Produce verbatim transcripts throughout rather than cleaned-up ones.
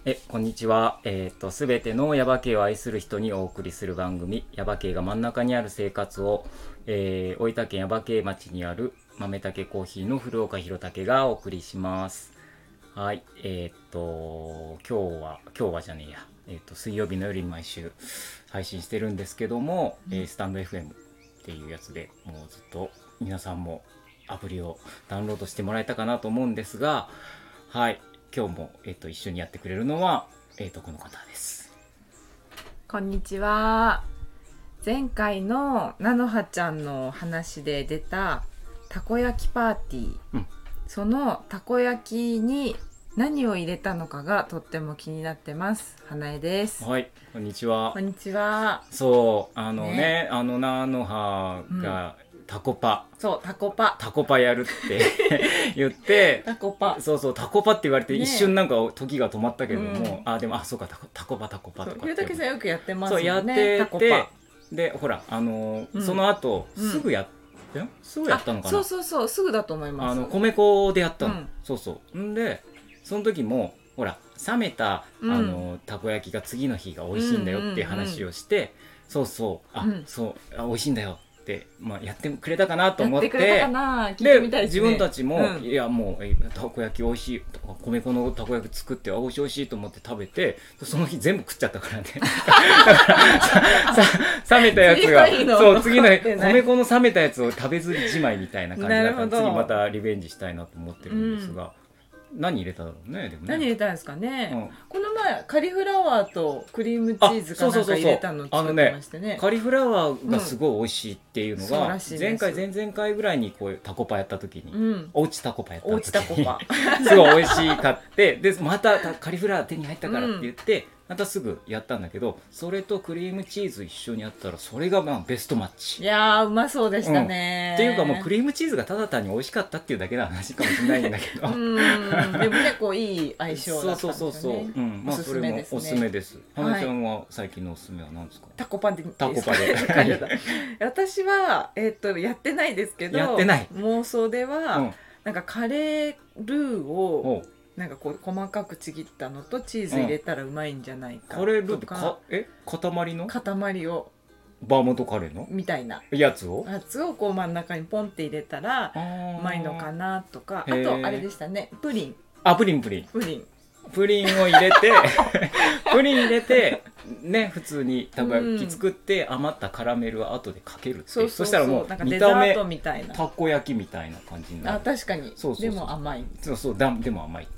えこんにちは。えっ、とすべてのヤバ系を愛する人にお送りする番組、ヤバ系が真ん中にある生活を、えー、大分県ヤバ系町にある豆たけコーヒーの古岡弘武がお送りします。はい、えっ、と今日は今日はじゃねえや、えっ、と水曜日の夜に毎週配信してるんですけども、うん、えー、スタンド エフエム っていうやつでもうずっと皆さんもアプリをダウンロードしてもらえたかなと思うんですが、はい。今日も、えー、と一緒にやってくれるのは、えー、とこの方です。 こんにちは。前回の菜の葉ちゃんの話で出たたこ焼きパーティー、うん、そのたこ焼きに何を入れたのかがとっても気になってます。花江です。 はい、こんにちは。 こんにちは。 そうあのね、ねあの菜の葉が、うんタコパそうタコパタコパやるって言ってタコパそうそうタコパって言われて、ね、一瞬なんか時が止まったけども、うん、あでもあそうかタコタコパタコパとかゆうたけさんよくやってますよね。 そうやっててでほらあのーうん、その後すぐやって、うん、すぐやったのかな。 そうそうそうすぐだと思います。 あの米粉でやったの、うん、そうそうんでその時もほら冷めた、うん、あのたこ焼きが次の日が美味しいんだよっていう話をして、うんうんうん、そうそうあ、うん、そうあ美味しいんだよまあ、やってくれたかなと思って、 やってくれたかな聞いてみたいですね。 で自分たちも、うん、いやもうたこ焼き美味しい米粉のたこ焼き作って美味しい美味しいと思って食べてその日全部食っちゃったからねだからさ冷めたやつがそう次の日米粉の冷めたやつを食べずにじまいみたいな感じだから次またリベンジしたいなと思ってるんですが、うん何入れただろうね。でもね何入れたんですかね、うん、この前カリフラワーとクリームチーズかなんか入れたの作ってましてね。 あのねカリフラワーがすごい美味しいっていうのが、うん、前回前々回ぐらいにこうタコパやった時に、うん、おうちタコパやった時におうちタコパすごい美味しかってでまたカリフラワー手に入ったからって言って、うんまたすぐやったんだけどそれとクリームチーズ一緒にやったらそれがまあベストマッチ。 いやーうまそうでしたね、 うん、っていうかもうクリームチーズがただ単に美味しかったっていうだけの話かもしれないんだけどうんでも結構いい相性だったんですよね。 そうそうそうそう、うんまあ、それもおすすめです。花ちゃんは最近のおすすめは何ですか？ タコパンでタコパで私は、えー、っとやってないですけどやってない妄想では、うん、なんかカレールーをなんかこう細かくちぎったのとチーズ入れたらうまいんじゃないかとか、 うん、カレールーってかえ塊の塊をバーモントカレーのみたいなやつをやつをこう真ん中にポンって入れたらうまいのかなとか、あとあれでしたねプリンあプリンプリンプリンプリンを入れてプリン入れてね普通にたこ焼き作って余ったカラメルを後でかけるって、 そうそうそう、 そしたらもうなんかデザートみたいなたこ焼きみたいな感じになる。 あ確かにそうそうそうでも甘いそうそうだでも甘い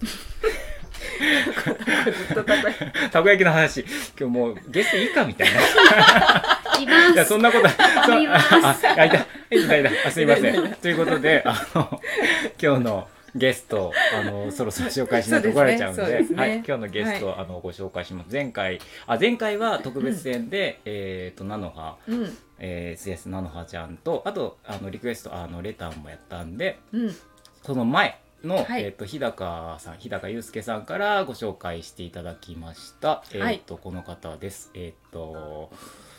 ずっとたこ焼きたこ焼きの話今日もうゲストいいかみたいないますいやそんなこといますああいたいたいたあすいませんということであの今日のゲストあのそろそろ紹介しないと怒られちゃうん で, で、ねねはい、今日のゲスト、はい、あのご紹介します。前回あ前回は特別編で、うん、えっ、ー、と菜の葉、うんえー、エスエス 菜の葉ちゃんとあとあのリクエストあのレターもやったんで、うん、その前の、はいえー、と日高さん日高祐介さんからご紹介していただきました、えーとはい、この方です。えっ、ー、と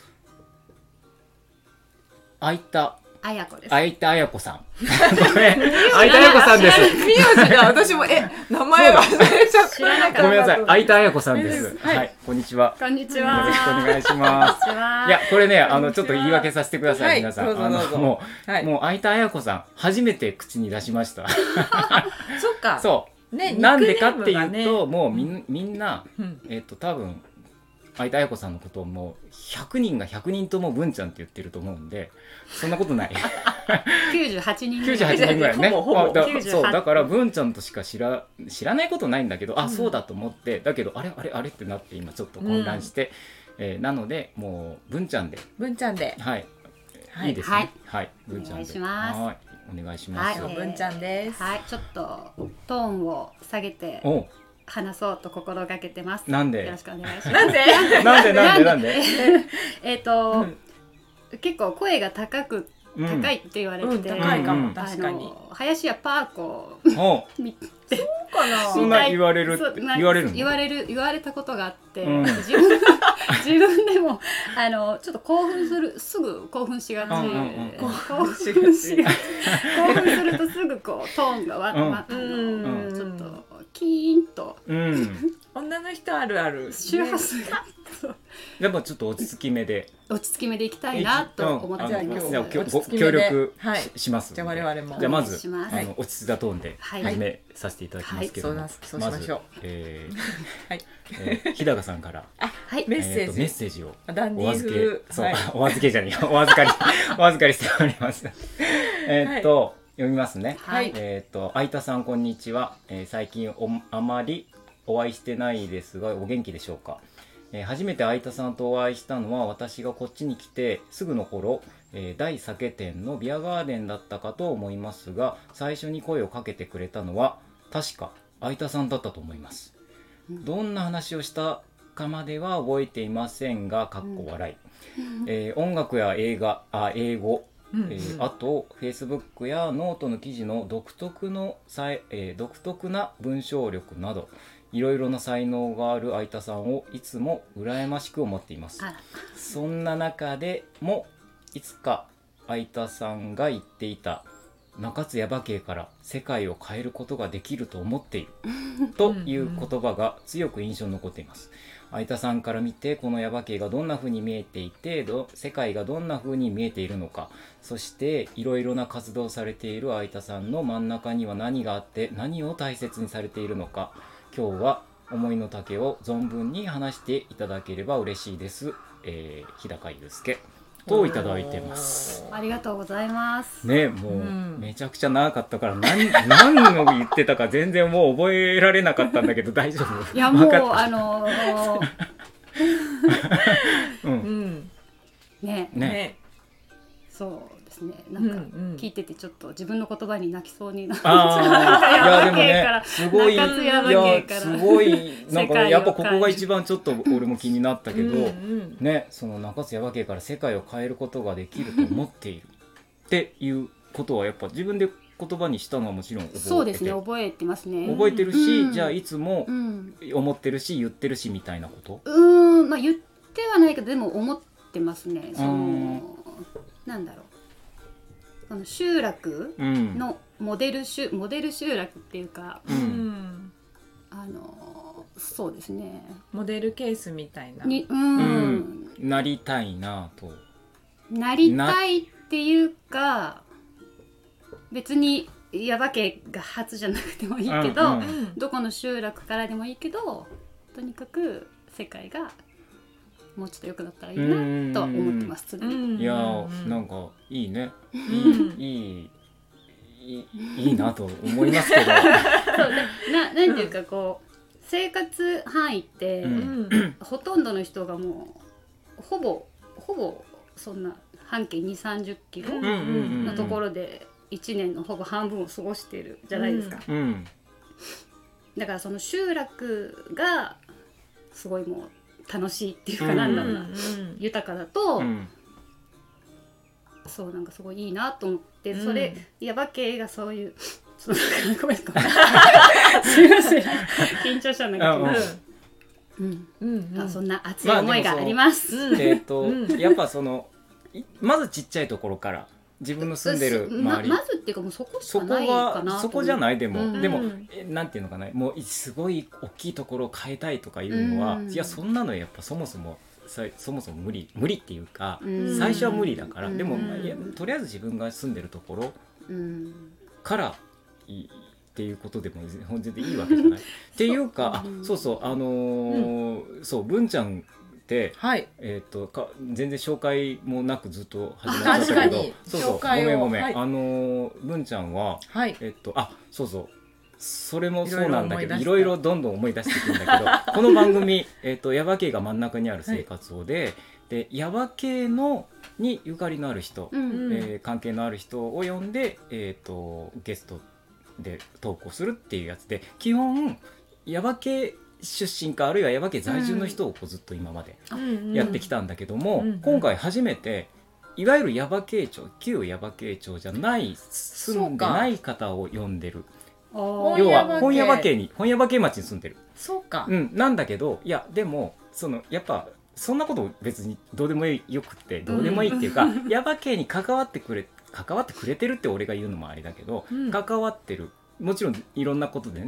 あいたあやこです。 あいたあやこさん。ごめん。あいたあやこさんです。 名字が私もえ名前忘れちゃった。 知らなかった。 ごめんなさい。あいたあやこさんです。はい、はい、こんにちは。 こんにちは。 よろしくお願いします。いやこれねあのちょっと言い訳させてください、はい、皆さん。 どうぞどうぞあのもう、はい、もうあいたあやこさん初めて口に出しました。 そっか。 そう。ね、なんでかっていうと、ね、もうみんみんな、うん、えっ、ー、と多分。あいたあやこさんのことをもうひゃくにんがひゃくにんとも文ちゃんって言ってると思うんでそんなことないきゅうじゅうはちにんきゅうじゅうはちにんぐらいねほぼほぼだそうだから文ちゃんとしか知ら知らないことないんだけど、うん、あそうだと思ってだけどあれあれあれってなって今ちょっと混乱して、うんえー、なのでもう文ちゃんで文ちゃんではい、はい、いいですねはい、はい、文ちゃんでお願いしますはいお願いします、 はい、文ちゃんです、 はい、ちょっとトーンを下げてお話そうと心がけてます。 なんでよろしくお願いします。 なんでなんでなんでなんでえっと、うん、結構声が高く、うん、高いって言われて、うん、 高いかも確かに林家パーコ見てそうかなそんな言われるって言われるの言われる言われたことがあって、うん、自分自分でもあのちょっと興奮するすぐ興奮しがち、うんうんうん、興奮しがち興奮するとすぐこうトーンがわ、うん、あの、うん、ちょっとキーンと、 うん、 女のの人あるある、 周波数がやっぱちょっと落ち着き目で落ち着き目でいきたいなと思っております。 じゃあ今日落ち着きめで協力はいしします。 じゃあ我々もじゃあまずお願いしますあの落ち着いたトーンではい始めさせていただきますけども、 はいそうなそうしましょうまずえーはいえー日高さんからはいメッセージえーとメッセージをダンディーお預風け、そう、 はいお預けじゃねえよ、お預かり、お預かりしております。えーっと、読みますね。 はいえーっと、相田さん、こんにちは。えー最近お、あまりお会いしてないですが、お元気でしょうか。えー初めて相田さんとお会いしたのは、私がこっちに来てすぐの頃、えー大酒店のビアガーデンだったかと思いますが、最初に声をかけてくれたのは、確か相田さんだったと思います。どんな話をしたかまでは覚えていませんが、かっこ笑い。えー音楽や映画、あ英語、 うんえーあと Facebook やノートの記事の独特のさい、えー独特な文章力などいろいろな才能がある相田さんをいつも羨ましく思っています。 あらそんな中でもいつか相田さんが言っていた中津耶馬渓から世界を変えることができると思っているという言葉が強く印象に残っています。相田さんから見てこの耶馬渓がどんな風に見えていてど世界がどんな風に見えているのか、そしていろいろな活動をされている相田さんの真ん中には何があって何を大切にされているのか、今日は思いの丈を存分に話していただければ嬉しいです。えー、日高祐介といただいてますありがとうございますね。もう、 うんめちゃくちゃ長かったから何何の言ってたか全然もう覚えられなかったんだけど大丈夫？ いやもう分かったあのーううんんねねねそうですねなんかうんうん聞いててちょっと自分の言葉に泣きそうになっちああいやでもねすごいい中津耶馬や渓からすごいなんか世界をやっぱここが一番ちょっと俺も気になったけど、 うんうんね、その中津耶馬渓から世界を変えることができると思っているっていうことはやっぱ自分で言葉にしたのはもちろん覚えててそうですね覚えてますね覚えてるし、 うんじゃあいつもうん思ってるし言ってるしみたいなこと、 うーんまあ言ってはないけどでも思ってますねそうんのなんだろうこの集落うんのモデル集モデル集落っていうかううんんあのそうですねモデルケースみたいなにううんんなりたいなとなりたいっていうか別に耶馬渓が初じゃなくてもいいけど、 うんうんうんどこの集落からでもいいけどとにかく世界がもうちょっと良くなったらいいなとは思ってます常に、 うんいやうんーなんかいいねうんいいいいいいなと思いますけどそうでななんていうかこう生活範囲って、 うんうんほとんどの人がもうほぼほぼそんな半径にじゅうさんじゅっキロうんうんうんのところでいちねんのほぼ半分を過ごしているじゃないですか、 うんだからその集落がすごいもう楽しいっていうかなんだろうな、 うん豊かだと、 うんそうなんかすごいいいなと思って、 うんそれ耶馬渓がそういうちょっとごめんごめんすいません緊張したんだけど、 うんうんうんうんあそんな熱い思いがあります、 うんえっとうんやっぱそのいまずちっちゃいところから自分の住んでるま周りまずっていうかもうそこしそこかないかなはそこじゃないでも、 うんでもうんえなんていうのかなもうすごい大きいところを変えたいとかいうのは、 うんいやそんなのやっぱそもそもさそもそも無理無理っていうか、 うん最初は無理だから、 うんでも、 うんいやとりあえず自分が住んでるところうんからいいっていうことでも全然いいわけじゃないっていうかうんあそうそうあのーそう文ちゃんってはいえー、とか全然紹介もなくずっと始まっちゃったけど確かにそうそう紹介をごめんごめん、 はいあのー文ちゃんははいえっとあそうそうそれもそうなんだけどいいろいろろいろどんどん思い出してくるんだけどこの番組「えっと耶馬渓が真ん中にある生活をで」で耶馬渓のにゆかりのある人、 うんうんえー関係のある人を呼んで、えー、とゲストで投稿するっていうやつで基本耶馬渓出身かあるいは耶馬渓在住の人をこうずっと今までやってきたんだけども、 うんうん今回初めていわゆる耶馬渓町旧耶馬渓町じゃない住んでない方を呼んでるおー要は本本耶耶馬渓馬渓に本耶馬渓町に住んでる、 そうかうん、なんだけどいやでもそのやっぱそんなこと別にどうでもよくってどうでもいいっていうか、耶馬渓に関わってくれ関わってくれてるって俺が言うのもあれだけど、 うん関わってるもちろんいろんなことでね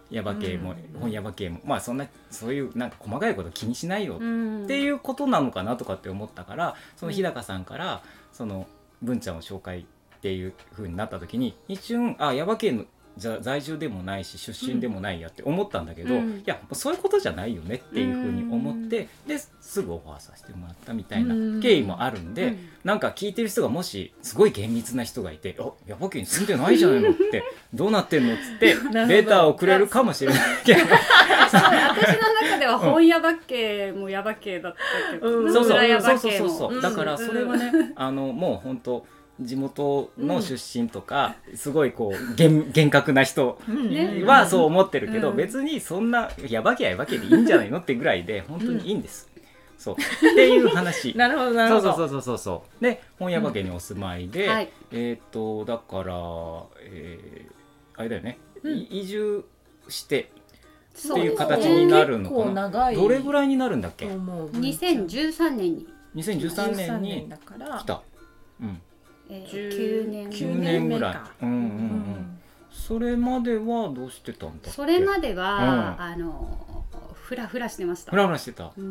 耶馬渓も、 うん、 本耶馬渓もまあそんなそういうなんか細かいこと気にしないようんっていうことなのかなとかって思ったから、その日高さんからその文ちゃんを紹介っていう風になった時に一瞬あ耶馬渓のじゃ在住でもないし出身でもないやって思ったんだけど、 うん、 いやそういうことじゃないよねっていう風に思って、うん、ですぐオファーさせてもらったみたいな経緯もあるんで、うん、なんか聞いてる人がもしすごい厳密な人がいて「あ耶馬渓に住んでないじゃないの」って「どうなってんの?」っつってデータをくれるかもしれないけど私の中では本耶馬渓も耶馬渓だったけど、 うん、そうそう裏耶馬そう渓もそうそうだからそれはね、うん、あのもう本当地元の出身とか、うん、すごいこう 厳, 厳格な人はそう思ってるけど、うん、別にそんな耶馬渓は耶馬渓でいいんじゃないのってぐらいで本当にいいんです、うん、そうっていう話なるほどなるほどそうそうそうそうで本耶馬渓にお住まいで、 うんはい、 えっ、ー、とだから、えー、あれだよね、うん、移住してっていう形になるのかな。どれぐらいになるんだっけ？ にせんじゅうさんねんににせんじゅうさんねんに来た、 うんえー、きゅうねんきゅうねんぐらい、うんうんうん、それまではどうしてたんだっけ？ それまでは、うん、あのフラフラしてました。 フラフラしてた、 うんうん、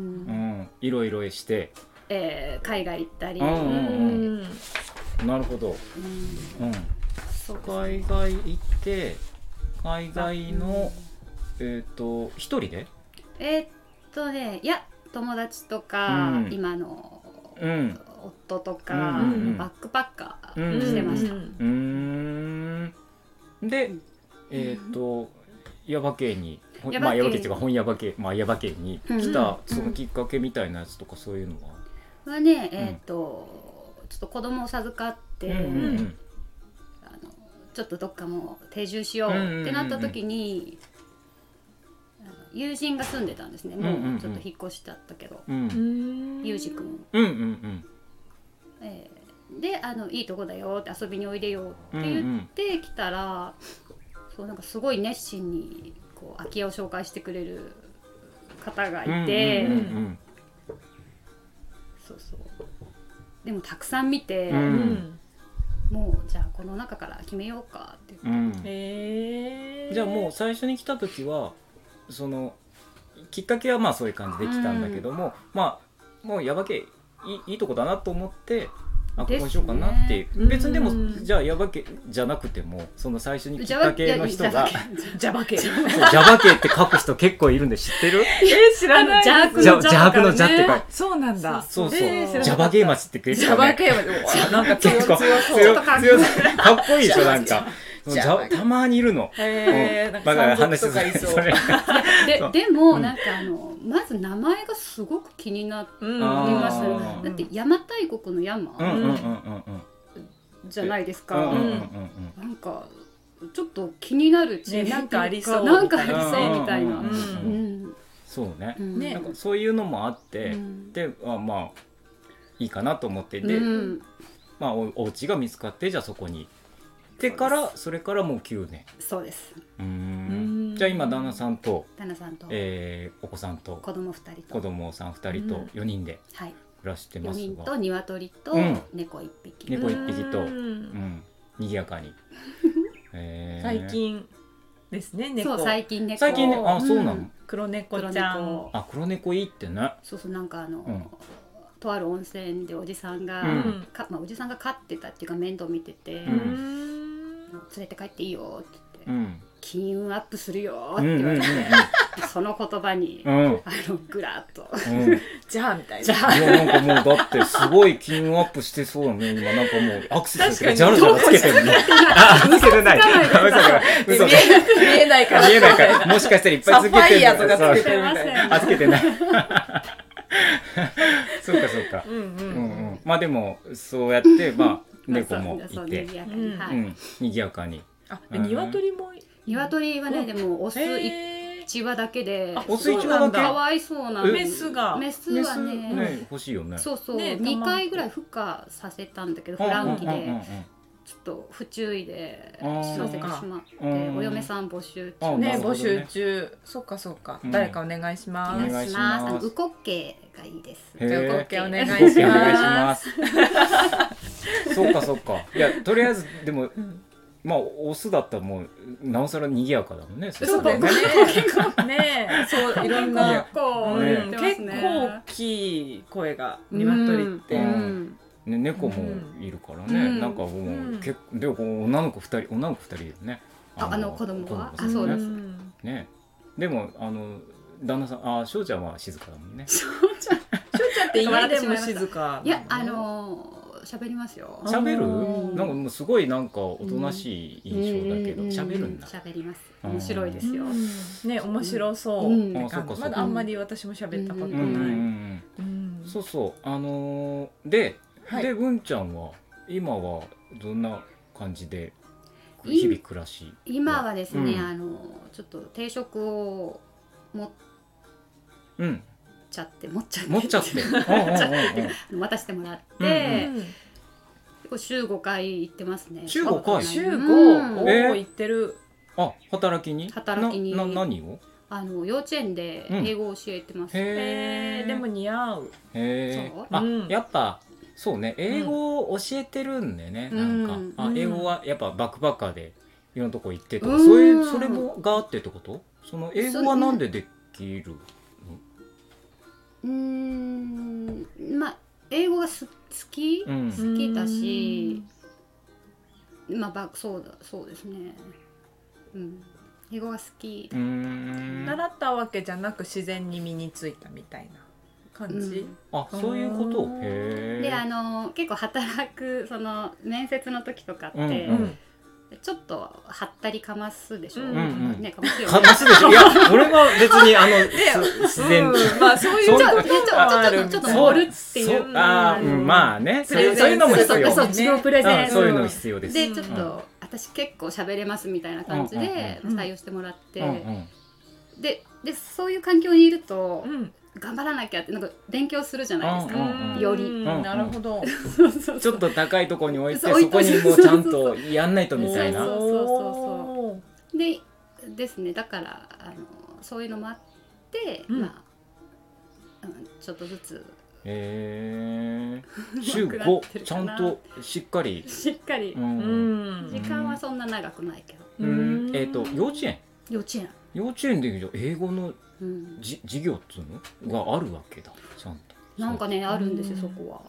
いろいろして、 えー、海外行ったり、 うんうんうんうん、なるほど、うんうん、そう海外行って海外の、うん、えっ、ー、と一人でえー、っとねいや友達とか、うん、今の、うん夫とか、うんうん、バックパッカーしてました。うんうんうん、で、えっ、ー、と耶馬渓に、まあ耶馬渓っていうか本耶馬渓、まあ耶馬渓に来た、うん、そのきっかけみたいなやつとかそういうのは。 はね、えっ、ー、と、うん、ちょっと子供を授かって、うんうんうん、あのちょっとどっかも定住しようってなった時に、うんうんうん、友人が住んでたんですね。もうちょっと引っ越しちゃったけど、うん、ゆうじくん。 うんうんうんえー、であのいいとこだよって遊びにおいでよって言ってきたら、うんうん、そうなんかすごい熱心にこう空き家を紹介してくれる方がいて、うんうんうんうん、そうそうでもたくさん見て、うん、もうじゃあこの中から決めようかって言って、うん、 へーじゃあもう最初に来た時はそのきっかけはまあそういう感じで来たんだけども、うん、まあもう耶馬渓い い, いいとこだなと思ってあここにしようかなっていう、別にでもじゃあ耶馬渓じゃなくてもその最初にきっかけの人が邪馬渓邪馬渓って書く人結構いるんで知ってる？ えー、知らない。 邪悪の邪って書いてそうなんだ。 そうそう邪馬渓町って結構ね邪馬渓町なんか強そうちょっとかっこいいかっこいいでしょなんかたまにいるの。 へー、なんか山賊とかいそう。 で, でも、うん、なんかあのまず名前がすごく気になります、うん、だって邪馬台国の山、うんうんうんうん、じゃないですか、うんうんうんうん、なんかちょっと気になるね、なんかありそうなんかありそうみたいな、うんうん、 そうね、うん、なんかそういうのもあって、うん、であまあいいかなと思ってで、うん、まあ お, お家が見つかってじゃあそこにでからそれからもうきゅうねんそうです。 うーんじゃあ今旦那さんと旦那さんと、 えー、お子さんと子供ふたりと子供さんふたりとよにんで暮らしてますが、 よにんと鶏と猫いっぴき、 うん、猫いっぴきと、うん、にぎやかに、 えー、最近ですね猫そう最近猫最近ねあそうなの、うん、 黒猫ちゃんあ黒猫いいってねそうそうなんかあの、うんとある温泉でおじさんが、うんかまあ、おじさんが飼ってたっていうか面倒見てて、うん、連れて帰っていいよって言って、うん、金運アップするよって言われて、うんうんうんうん、その言葉に、うん、あのグラッと、うん、 じゃあみたいなじゃあいやなんかもうだってすごい金運アップしてそうだね今なんかもうアクセスとかジャラジャラつけてるねあつけてない嘘見えないから見えないからもしかしたらいっぱいつけてるサファイアとかつけてるみたいなあつけてないそうかそうか、うんうんうんうん、まあでもそうやってまあ猫もいてにぎやかに、はいうん、にぎやかにあで鶏も鶏はねでもオスいちわだけでオスいちわだけかわいそうなメスがメスは ね, ね欲しいよねそうそう、ね、にかいぐらい孵化させたんだけどフランキで、うんうんうんうんちょっと不注意でさせてしまってお嫁さん募集中ね募集中そっかそっか、うん、誰かお願いしますお願いしますウコッケがいいですじゃあウコッケお願いしますそうかそうかいやとりあえずでも、うん、 まあオスだったらもうなおさら賑やかだもんね。 そうだよね。ねえ、そういろんな結構うん言ってます結ね構大きい声が鶏って。 ううんんね、猫もいるからね、 うんなんかもう、 うん結構でもこう女の子ふたり女の子ふたりだよね。 ああの子供は子供あそうですんね。でもあの旦那さんあ翔ちゃんは静かだもんね。 しょうちゃんって家でも静か。 いやあの喋りますよ。 喋る？ うんなんかもうすごいなんかおとなしい印象だけど喋、るんだ。 喋ります。面白いですよ。 ね、面白そう。 うんなんかあそっかそっかまだあんまり私も喋ったことうんうんうない。 んうんそうそうあのー、で、 はいで文ちゃんは今はどんな感じで日々暮らし？ 今はですね、 うんあのちょっと定職を持っうんちゃって持っちゃって持っちゃって。うんうんうんうん渡してもらっうんうて、 うん結構週ごかい行ってますね。 週ごかい週うんごおえーお行ってる。 あ、働きに？ 働きになな何を？ あの幼稚園で英語を教えてます。 へえ、でも似合う。 へえそう。 あ、 うんやっぱそうね、英語を教えてるんでね、 うんなんか、あ、 うん英語はやっぱバックパッカーでいろんなとこ行ってとか、 うんそういうそれもがあってってこと？その英語はなんでできる？ うーん、まあ英語がす好き、 うん好きだし、まあばそうだそうですね。うん、英語が好きう。ーん。 習ったわけじゃなく自然に身についたみたいな感じ。 あ、そういうこと。 うんへえ。 であの結構働くその面接の時とかって、 うんうんちょっとはったりかますでしょ、 うんうんねかますよかね。 ますでしょ。いや、俺は別にあのす自然。 うんまあそういうそうちょっとちょっとちょっとちょっと盛るっていうそうあー、うん、まあね、そういうプレゼンそういうのも必要。 そうそう自分プレゼン、 うんそういうの必要です。 でちょっと、 うん私結構喋れますみたいな感じでうんうん採用してもらって、 うんうんででそういう環境にいると、 うん頑張らなきゃってなんか勉強するじゃないですか、 うんうんよりうんなるほど。 そうそうそうちょっと高いところに置いてそうそこにもうちゃんとやんないとみたいな。 そうそうそうでですねだからあのそういうのもあって、 うんまあ、うん、ちょっとずつへえ。週上手くなごってるちゃかなんとしっかり。 しっかり、 ううんん時間はそんな長くないけど、 うんえっと幼稚園幼稚園、 幼稚園で英語のうん、 じ授業っつうのがあるわけだちゃんと。 なんかねあるんですようんそこは。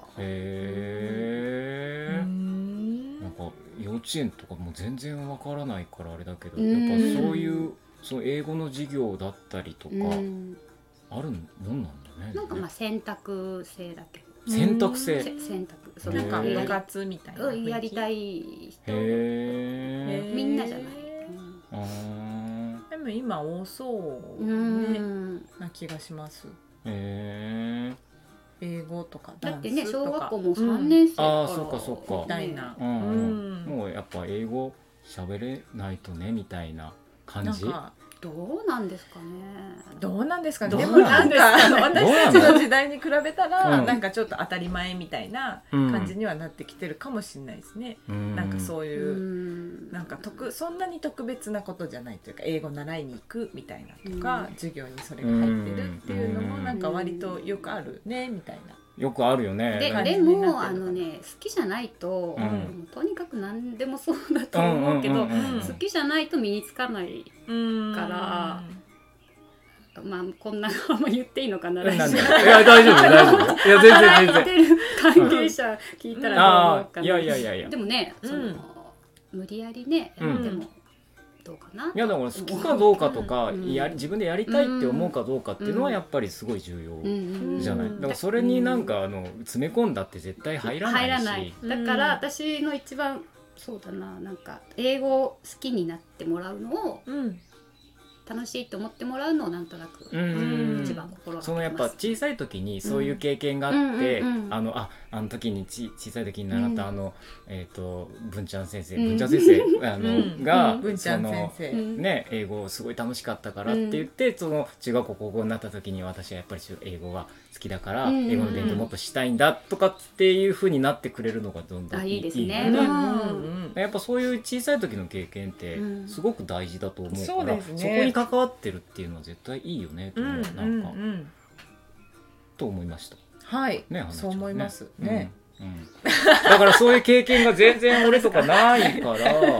へえ。 うんなんか幼稚園とかも全然わからないからあれだけど、 うんやっぱそういうその英語の授業だったりとかうんあるもんなんだね。 なんかまあ選択制だけど、 選択制。 せ選択そうなんかへー部活みたいなうんやりたい。 い人、 へえ。 みんなじゃない、 あーでも今多そううんねうんな気がします。 へえ。 英語とかだってねダンスとか小学校もさんねん生から、 うんあーそっかそっかみたいなうんうんうんもうやっぱ英語喋れないとねみたいな感じ。 なんかどうなんですかね。 どうなんですかね。 どうでもなんかあのどうな私のたちの時代に比べたら、 うんなんかちょっと当たり前みたいな感じにはなってきてるかもしれないですね。 うんなんかそうういう、 んなんか特そんなに特別なことじゃないというか英語習いに行くみたいなとか、 うん授業にそれが入ってるっていうのもうんなんか割とよくあるねみたいな。 よくあるよね。 で感じでになってるのかなもあのね好きじゃないと、 うんもうとにかく何でもそうだと思うけど、 うんうんうんうん好きじゃないと身につかないうんからまあこんなあんま言っていいのかなえなん来週でいや大丈夫大丈夫。いや全然全然。 働いてる関係者聞いたらどう思うかな、 ああいやいやいやいや。 でもね、そのうん無理やりね、 うんでもどうかないやだから好きかどうかとか、 うんや自分でやりたいって思うかどうかっていうのはやっぱりすごい重要うんうんうんじゃない。だからそれになんかあの詰め込んだって絶対入らないし。 入らないだから私の一番そうだななんか英語を好きになってもらうのをうん楽しいと思ってもらうのをなんとなくうん一番心がけてます。 そのやっぱ小さい時にそういう経験があって、 うんうんうんうんあのああの時にち小さい時に習ったあの、えっ、と文ちゃん先生、 うん文ちゃん先生あの、 うんが、 文ちゃんその先生、 うんね、英語すごい楽しかったからって言って、その中学校高校になった時に私はやっぱり英語が好きだから、 うんうんうん英語の勉強もっとしたいんだとかっていう風になってくれるのがどんどんあいいですねよね。 うんやっぱそういう小さい時の経験ってうんすごく大事だと思うから、 そうですねそこに関わってるっていうのは絶対いいよねと思う、 うんなんか、 うんうんと思いました。 はい、 ね、花ちゃんそう思いますね。 うんうんだからそういう経験が全然俺とかないから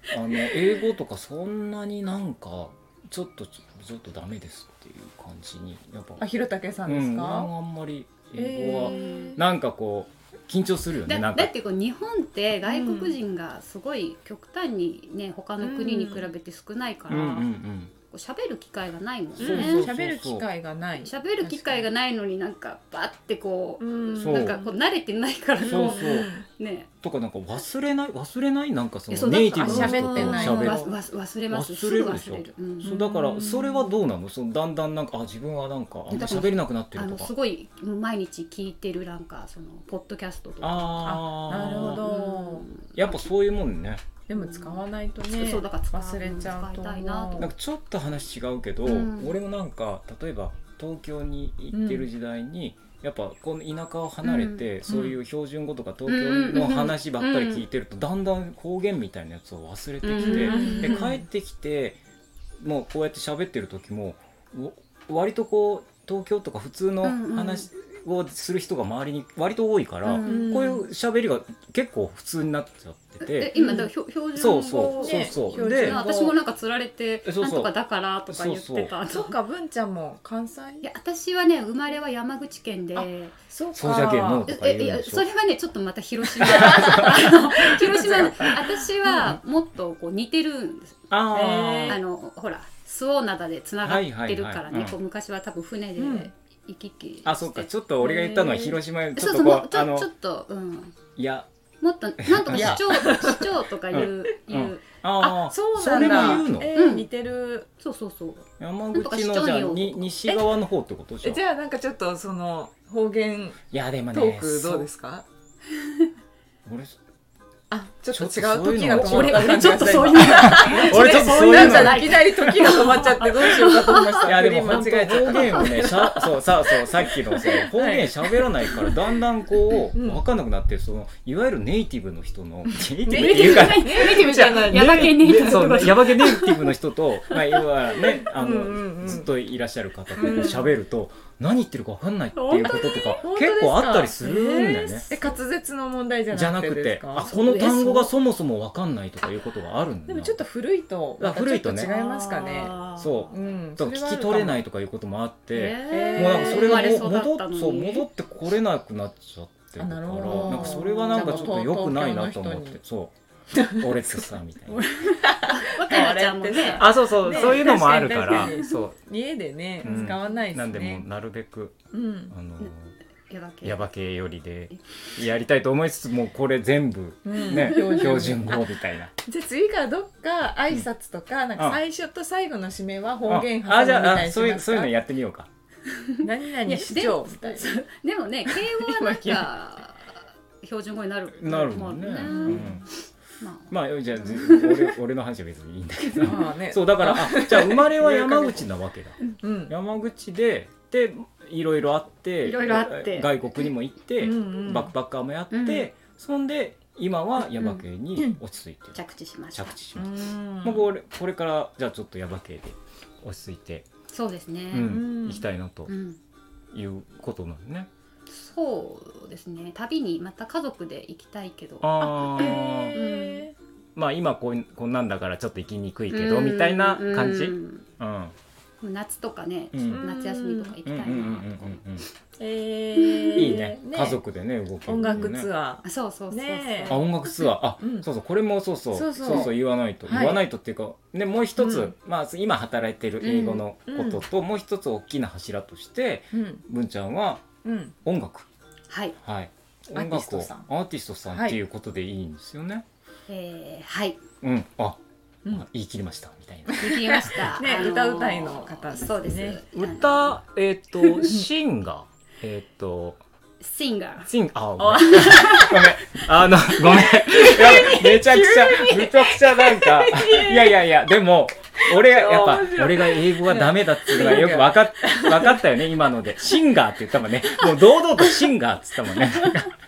あの英語とかそんなになんかちょっとちょっとダメですっていう感じにやっぱあ、ひろたけさんですうん、 か？ あんまり英語はえーなんかこう緊張するよね。 だなんかだってこう日本って外国人がすごい極端にね他の国に比べて少ないから、 うんうんうんこう喋る機会がないもんね。 うんそうそうそう喋る機会がない。 喋る機会がないのになんかバッてこう、 うんそうなんかこう慣れてないからそうこそううね。 とかなんか忘れない忘れないなんかそいやそうのネイティブの人と喋ってない喋るわわ忘れます。 忘れるでしょすぐ忘れる。うんそうだからそれはどうなの？そのだんだんなんかあ自分はなんかあんま喋れなくなってあるとかのすごい毎日聞いてるなんかそのポッドキャストとか。 あーなるほど。 やっぱそういうもんね。 でも使わないとね、 そうだから使わ忘れちゃうと使いたいなとなんかちょっと話違うけど、 うん俺もなんか例えば東京に行ってる時代に、やっぱこの田舎を離れて、 うんそういう標準語とか東京の話ばっかり聞いてると、だんだん方言みたいなやつを忘れてきて、 うんで帰ってきてもうこうやって喋ってる時も割とこう東京とか普通の話をする人が周りに割と多いから、 うんこういう喋りが結構普通になっちゃってて、 え今だから標標準語そうそうそうねそう標準で語私もなんかつられてそうそうなんとかだからとか言ってた。 そっか、文ちゃんも関西？ いや私はね生まれは山口県で。 そうか。 そうじゃけんのとかえいや言うんでしょ。 それはねちょっとまた広島あの広島の私はもっとこう似てるんです。 あえーあのほら周防灘でつながってるからはいはいはいうんねこう昔は多分船でうん行き来してあ、そうか、ちょっと俺が言ったのは広島よりちょそうそうもっとこうあのうちょちょっとうんいやもっとなんとかいや市長市長とかいううんいううあーそうなんだ。 それも言うの、 えーうん似てる。 そうそうそう山口のじゃあに西側の方ってことじゃん。 えじゃあなんかちょっとその方言いやでもねトークどうですか？ そう俺あ、ちょっと違ちょっとう時が止まそういうのった感じがした。 俺今俺ちょっとそういうのなんかいきなり時が止まっちゃってどうしようかと思いました。 いやでも本当振り間違えちゃっ方言をねしゃそうさそうさっきのその方言喋らないからだんだんこううん分かんなくなってそのいわゆるネイティブの人のネイティブってネイティブいうかネイティブじゃない。 ヤバ系ネイティブそうねヤバ系ネイティブの人とまあいわゆるねあの、 うんうんうんずっといらっしゃる方とこう喋ると、何言ってるか分かんないっていうこととか本当ですか結構あったりするんだよね。 え滑舌の問題じゃじゃななくてくてですか？ あこの単語がそもそも分かんないとかいうことがあるんだ。 でもちょっと古いとまたちょっと違いますかね。 そううん。 だから聞き取れないとかいうこともあって、 えーもうなんかそれがも生まれ育ったのに戻っそう戻ってこれなくなっちゃってるかあならるほどなんかそれはなんかちょっと良くないなと思っ東京の人にてそう俺ってさみたいな若菜ちゃんもねあそうそう、 ねそういうのもあるから確かに確かにそ家でねう、うん使わないですね。 なんでもうなるべくうん。 あのヤバ系ヤバ系よりでやりたいと思いつつもうこれ全部うんね、 標準標準語みたいなじゃあ次からどっか挨拶とか、なんか最初と最後の締めは方言挟むみああじゃあたいにしあそういうますか？ そういうのやってみようか。 何々市長みたいな。 でもね敬語はなんか標準語になるなるもんね。 まあうんまあまあじゃあず俺俺の話は別にいいんだけど。 まあね。 そうだからあじゃあ生まれは山口なわけだ。 うん。 山口ででいろいろあっていろいろあって外国にも行って、 うんうんバックパッカーもやって、 うんそんで今は耶馬渓に落ち着いてる、 着地しました着地しうました、 ん。 もうこれこれからじゃあちょっと耶馬渓で落ち着いて、 そうですね、 うんうん行きたいなとうんいうことなのね。 そうですね旅にまた家族で行きたいけどあーえまあ今こうこんなんだからちょっと行きにくいけど、 うんみたいな感じ、 ううんん夏とかね、 うん夏休みとか行きたいなとか、 うんうんうんうんうんーえーいいね家族でね動ける音ね楽ツアあそうそうそうそう、 ねあ音楽ツアーあ、 うんそうそうこれもそうそうそそううそう言わないと、 はい言わないとっていうかねもう一つ、 うんままあ今働いてる英語のことと、もう一つ大きな柱としてー。うん文ちゃんはうん。 音楽はい、 はいアーティ音楽をストさんアーティストさんっていうことでいいんですよね、 えー、はいうんあ、 うんあ言い切りましたみたいなできましたねあのー歌うたいの方ですねそうです歌えっ、とシンガーえっ、とシンガーシンあごめんごめんあのごめんいやめちゃくちゃめちゃくちゃなんかいやいやいやでも俺やっぱ面白い俺が英語がダメだっていうのがよく分かっ分かったよね今のでシンガーって言ったもんねもう堂々とシンガーって言ったもんね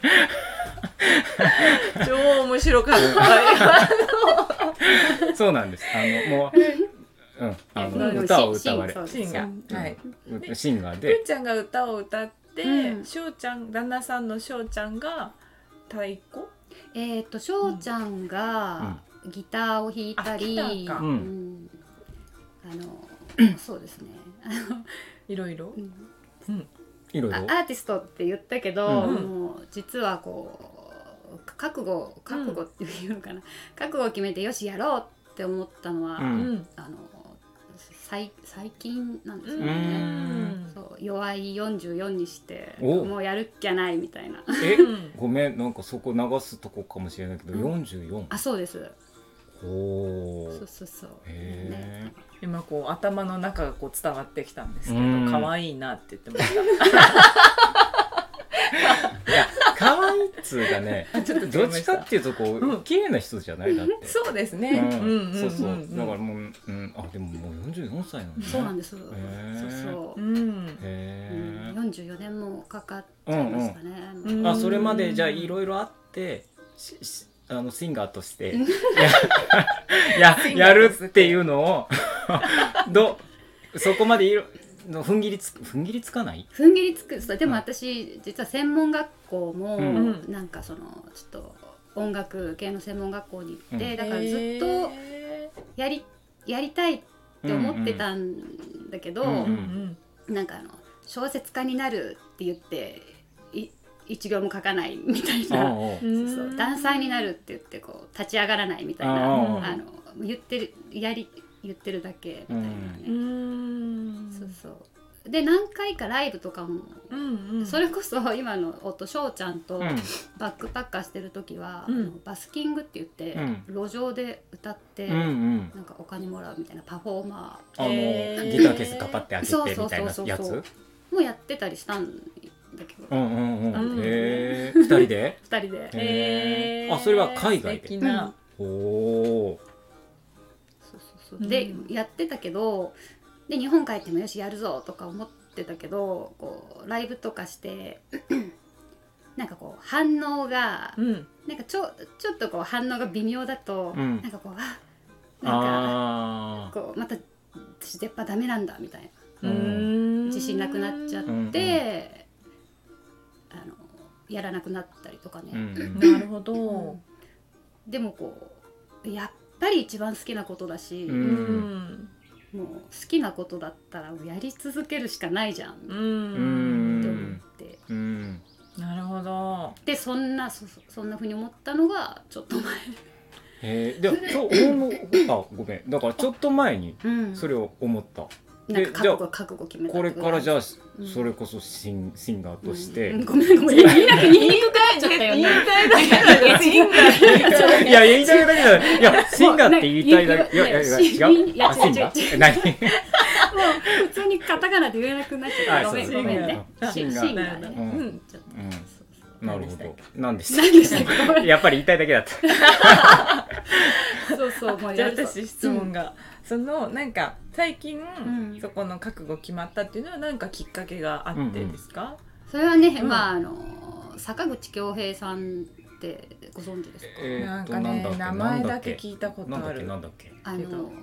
超面白かった。 そうなんですあのもううんあのうん歌を歌われシンシンガーうんはい。 シンガー文でちゃんが歌を歌って、 うんしょうちゃん旦那さんのしょうちゃんが太鼓。 えっ、としょうちゃんが、 ギターを弾いたり、 あギターかうん、あのそうですねいろいろ、 うんうんいろいろあアーティストって言ったけど、 うんもう実はこう覚悟覚悟っていうのかな、うん、覚悟を決めてよしやろうって思ったのは、 うん、 あの最最近なんですようね。 んそう弱いよんじゅうよんにしておもうやるっきゃないみたいな。 えうんごめんなんかそこ流すとこかもしれないけど、 うん、 よんじゅうよんあそうです。 おーそうそうそう。 へね、 今こう頭の中がこう伝わってきたんですけど、 うん可愛いなって言ってました。 いや可愛いっつうかねちょっとどっちかっていうとこう、 うん綺麗な人じゃないだってそうですね。 うんうんうんそうそう、 んだからもう、うん、あでももうよんじゅうよんさいなんだね。 そうなんです。 へーそうそうう。 ん。 うんへよんじゅうよねんもかかっちゃいましたね。 うんうんーあそれまでじゃあいろいろあってししあのシンガーとしてやややるっていうのをどそこまでいろの踏ん切りつ踏ん切りつかない踏ん切りつく。そうでも私実は専門学校も、 うんなんかそのちょっと音楽系の専門学校に行って、 うんだからずっとへやりやりたいって思ってたんだけど、 うんーうんなんかあの小説家になるって言ってい一行も書かないみたいな。 おうおううんそうそうダンサーになるって言ってこう立ち上がらないみたいな、 あーあの言ってるやり言ってるだけみたいなね、 うーんそうそうで何回かライブとかも、 うんうんそれこそ今の夫翔ちゃんとうんバックパッカーしてる時は、 うんあのバスキングって言って、路上で歌って、 うんうんなんかお金もらうみたいなパフォーマあのへーギターケースカパって開けてみたいなそうそうやそうそうつーもやってたりしたんだけど、 うんうんうんうんへえ二人でふたりで、 へーあそれは海外で素敵な、 おおそうそうそうで、 うんやってたけどで日本帰ってもよしやるぞとか思ってたけどこうライブとかしてなんかこう反応が、 うんなんかちょちょっとこう反応が微妙だと、 うんなんかこうあなんあかこうまた私出っ歯ダメなんだみたいなうーん自信なくなっちゃって、 うんうんあのやらなくなったりとかね、 うんなるほど。 でもこうやっぱり一番好きなことだし、 ううんんもう好きなことだったらやり続けるしかないじゃんってううんん思って、 うんなるほど。 でそんなそそんな風に思ったのがちょっと前、 へえでちょ俺もあごめんだからちょっと前にうん、 それを思ったなんか覚じゃあ悟覚悟決めたこれからじゃあうんそれこそシンシンガーとして、 うんごめんごめん言いな言いにくくなっちゃったよね言いたいだけだシンガーいや言いたいだけじゃないいやシンガーって言いたいだけいもうやいやねいや違ういやあシンガ違う違うーえ何もう普通にカタカナで言えなくなっちゃったごめんあそうごめんねシンガーシンガーね、 うんうんちょっとうんそうそうなるほど何でし何でしたっけこれたやっぱり言いたいだけだったそうそうもうじゃあやるぞ私質問が、そのなんか最近、 んそこの覚悟決まったっていうのは何かきっかけがあってですか？ それはね、 うんまああの坂口恭平さんってご存知ですか、 えーっとなんかねだっけ名前だけ聞いたことなんだある。 っけなんだっけあけどの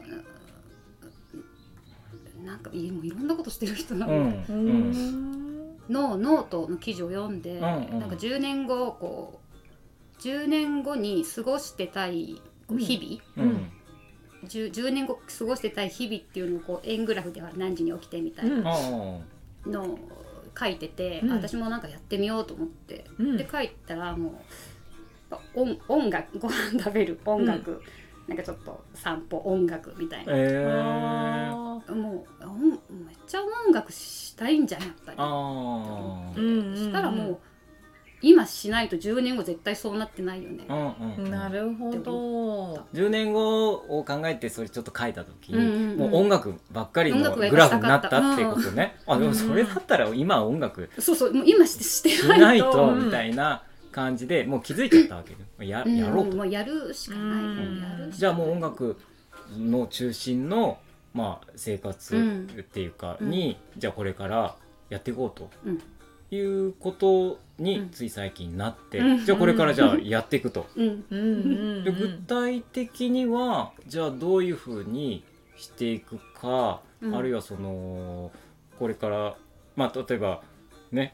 なんかいもういろんなことしてる人なの、 うんうーんのノートの記事を読んで、 うんうんなんかじゅうねんごこうじゅうねんごに過ごしてたいこう日々、 うん 10, 10年後過ごしてたい日々っていうのをこう円グラフでは何時に起きてみたいうんなあのを書いてて、 うん私もなんかやってみようと思って、 うんで書いたらもう音音楽ご飯食べる音楽、なんかちょっと散歩音楽みたいな、 えーあーもう音めっちゃ音楽したいんじゃんやっぱり。 あでうんうんうんそしたらもう今しないとじゅうねんご絶対そうなってないよね。 うんうんなるほど。 じゅうねんごを考えてそれちょっと書いた時に、 うんうんうんもう音楽ばっかりの音楽がグラフになったっていうことね、あでもうんそれだったら今は音楽そうそうもう今してしてしなないいととみたいな感じでもう気づいちゃったわけでやうんやろうと、 もうやるしかない、 うんもうやるしかないじゃあもう音楽の中心の、まあ、生活っていうかに、じゃあこれからやっていこうとうんいうことにうんつい最近なって、 うんじゃあこれからじゃあやっていくと、 うんうんうんで具体的にはじゃあどういうふうにしていくか、 うんあるいはそのこれからまあ例えばね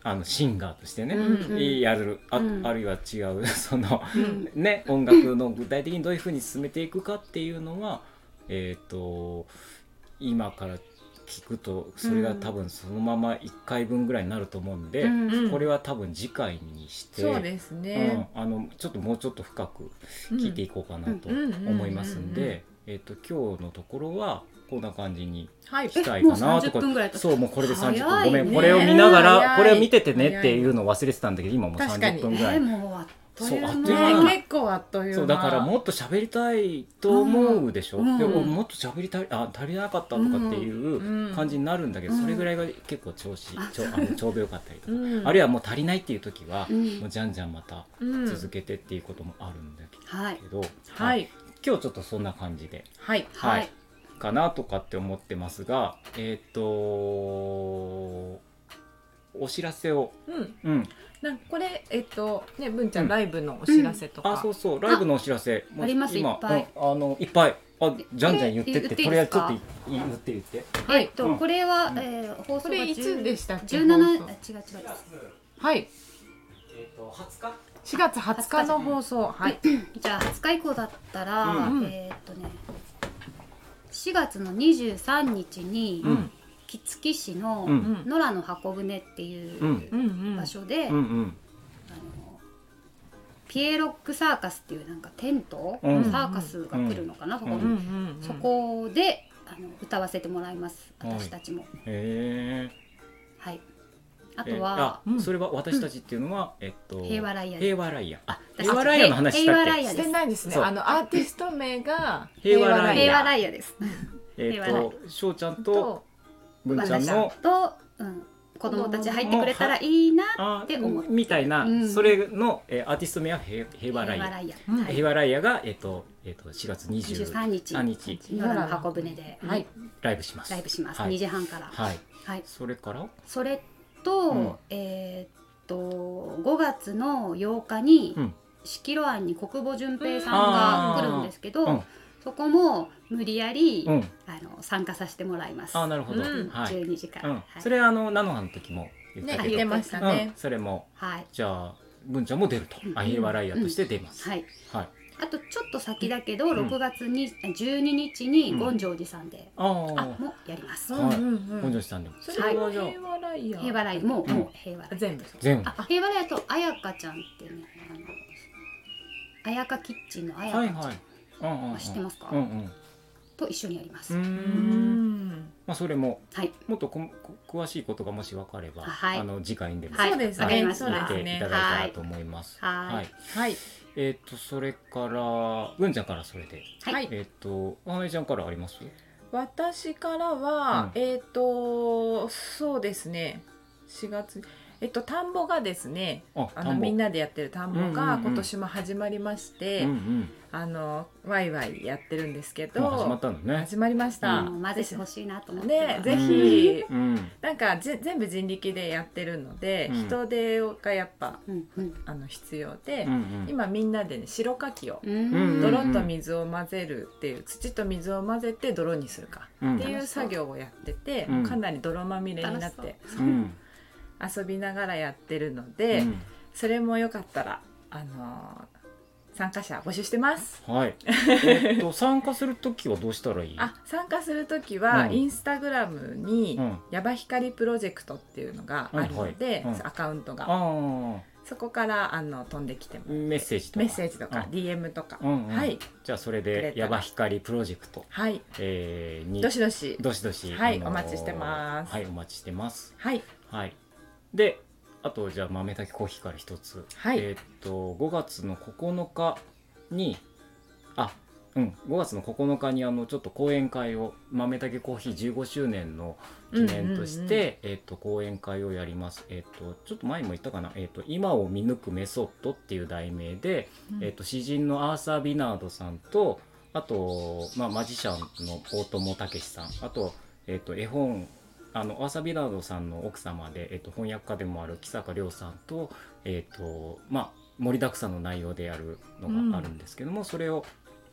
あのシンガーとしてね、 うんやる あ,、 うんあるいは違うその、 うんね、音楽の具体的にどういうふうに進めていくかっていうのは、えー、と今から聞くとそれが多分そのままいっかいぶんぐらいになると思うんで、 うんこれは多分次回にしてそうですね、 うん、あのちょっともうちょっと深く聞いていこうかなとうん思いますんうんうんうんうんで、えー、と今日のところはこんな感じにはいしたいかなとえもうさんじゅっかぷんぐらい経ったそうもうこれでさんじゅっぷん、 早いねごめんこれを見ながら早いこれを見ててねっていうのを忘れてたんだけど今もうさんじゅっぷんぐらい、 えーもうあっという間そうあっという間ね、結構あっという間。 そうだからもっと喋りたいと思うでしょ、 うんでももっと喋りたいあ足りなかったとかっていう感じになるんだけど、 うんそれぐらいが結構調子、 あちょあのちょうどよかったりとか、 うん、 あるいはもう足りないっていう時は、 うんもうじゃんじゃんまたうん続けてっていうこともあるんだけはいど、 はい今日ちょっとそんな感じで、 はいはいはいかなとかって思ってますが、えっ、とお知らせを、 うん、 うん、 なんかこれえっとね文ちゃうんんライブのお知らせとか、 あそうそうライブのお知らせもうあります今いっぱいうんあのいっぱいあじゃんじゃん言ってってえ言っていいとりあえずちょっとでい言って言ってはいえっと、 うんこれは、 うんえー放送がこれいつでしたっけじゅうななあ違う放送違うはいえっ、とはつかしがつはつかの放送はいじゃあはつか以降だったら、 うんえーっとねしがつのにじゅうさんにちに、 うん杵築市のうん野良の箱舟っていううんうんうん場所で、 うんうんあのピエロックサーカスっていうなんかテント、 うんサーカスが来るのかな、そこに、 うんうんうんそこであの歌わせてもらいますはい私たちも。 へえはい、ああとは、 うんそれは私たちっていうのは、えっと平和ライヤー平和ライヤーあ私平和ライヤーの話したっけ平和ライヤーしてないですねそうあのアーティスト名が平和ライヤー平和ライヤーです。 えっ平和ライヤと翔ちゃんとと文ちゃんのと、うん、子供たち入ってくれたらいいなあって思ってみたいな、 うんそれの、えーアーティスト名は平平和ライヤー平和ライヤー、 うんはい、 平和ライヤーが、えっとえっとしがつにじゅうさんにじゅうさんにちにち野良の箱舟で、 はいライブしますライブします、 はいにじはんから、 はいはい、 それからそれと、 うんえーっとごがつのようかに、 うん式呂庵に国母純平さんが来るんですけど、 うんそこも無理やり、 うんあの参加させてもらいます。 あなるほど、 うんはいじゅうにじから、 うんはいそれはあの菜の葉の時も言ったけど、 ね言ってましたうんね、 それもはいじゃあ文ちゃんも出ると、あ平和ライヤーとして出ます、 はい、 はいあとちょっと先だけど、 んろくがつにじゅうににちにうん権城寺さんで、 ああもやります。 はいうんうんうん本庄さんでもそれは平和ライヤー平和ライヤーもう、 うんもう平和ライヤー全部全部あ平和ライヤーとあやかちゃんってねあのあやかキッチンのあやかちゃん、 はいはいうんうんうん知ってますかうんうんと一緒にやります。 うーうんんまあそれもはいもっとここ詳しいことがもし分かれば、 あはいあの次回にでもはいそうですわかりねましたそうですね見ていただいたらと思います。 はいはいえっ、とそれから文ちゃんからそれで、 はいえっ、とあなえちゃんからあります？ 私からは、 うんえっ、とそうですねしがつえっと田んぼがですねあ、 あのみんなでやってる田んぼうんうんうんが今年も始まりまして、 うんうん、 あのワイワイやってるんですけどもう始まったのね。 始まりました、 あの混ぜてほしいなと思ってます。 ねぜひうん、 なんかぜ全部人力でやってるので、 うん人手がやっぱうんうんあの必要で、 うんうん、 今みんなでね白かきをううんん泥と水を混ぜるっていう土と水を混ぜて泥にするかうんっていう作業をやってて、 うんかなり泥まみれになって楽うん、 遊びながらやってるので、 うんそれもよかったら、あのー参加者募集してます。 はい。えっと参加するときはどうしたらいい？ あ参加する時は、 うんインスタグラムに、 うん、 ヤバヒカリプロジェクトっていうのがあるので、 はいはいうんアカウントがあそこからあの飛んできてもあ、メッセージとか。 メッセージとか、 うんディーエム とか、 うんうん、 はいじゃあそれでくれたらヤバヒカリプロジェクト、 はいえー、にどしどしどしどしはいあのーお待ちしてますはいお待ちしてます。 はいはい。で、あとじゃあ豆炊きコーヒーから一つ。 はいえーっとごがつのここのかにあうんごがつのここのかにあのちょっと講演会を豆炊きコーヒーじゅうごしゅうねんの記念として、 うんうんうんえーっと講演会をやります。えーっとちょっと前も言ったかな。えーっと今を見抜くメソッドっていう題名で、 うんえーっと詩人のアーサー・ビナードさんとあとまあマジシャンの大友武さんあとえーっと絵本あのアーサー・ビナードさんの奥様で、えっと、翻訳家でもある木坂亮さんと,、えっとまあ、盛りだくさんの内容でやるのがあるんですけども、それを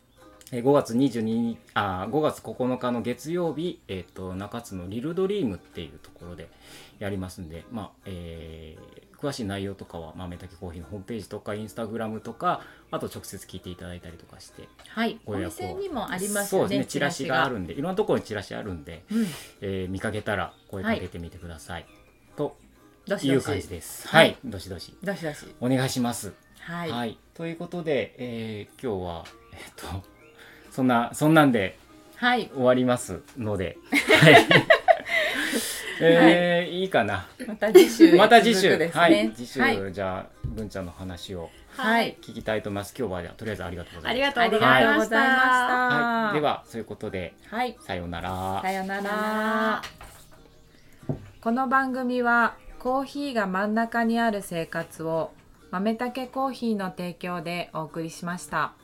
えーごがつにじゅうににちあごがつここのかの月曜日、えー、と中津のリルドリームっていうところでやりますんで、まあえー詳しい内容とかは豆たけコーヒーのホームページとかインスタグラムとか、あと直接聞いていただいたりとかして、 はいおご予約を店にもありますそうよね。 ですねチラシがあるんで、いろんなところにチラシあるんで、 うんえー見かけたら声かけてみてください、というどしどし感じです。 はいはい、どしどしどしどしお願いします。 は、 はいい、ということで、えー今日はえっとそんなそんなんではい終わりますので、はいえーいいかな。 また次週へまた次週、 続くですね。 はい、次週、 はいじゃあ文ちゃんの話をはい聞きたいと思います。今日はとりあえずありがとうござありいます。 がとうございました。 ありがとうございましたはい、ではそういうことではい、 さようなら。 さよなさよなら。この番組はコーヒーが真ん中にある生活を豆たけコーヒーの提供でお送りしました。